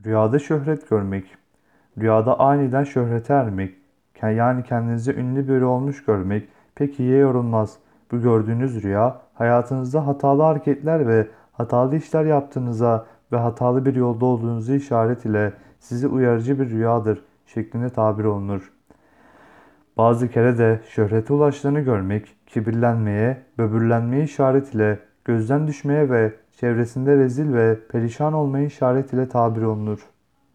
Rüyada şöhret görmek. Rüyada aniden şöhrete ermek. Yani kendinizi ünlü biri olmuş görmek pek iyiye yorulmaz. Bu gördüğünüz rüya hayatınızda hatalı hareketler ve hatalı işler yaptığınıza ve hatalı bir yolda olduğunuzu işaret ile sizi uyarıcı bir rüyadır şeklinde tabir olunur. Bazı kere de şöhrete ulaştığını görmek, kibirlenmeye, böbürlenmeye işaret ile gözden düşmeye ve çevresinde rezil ve perişan olmaya işaret ile tabir olunur.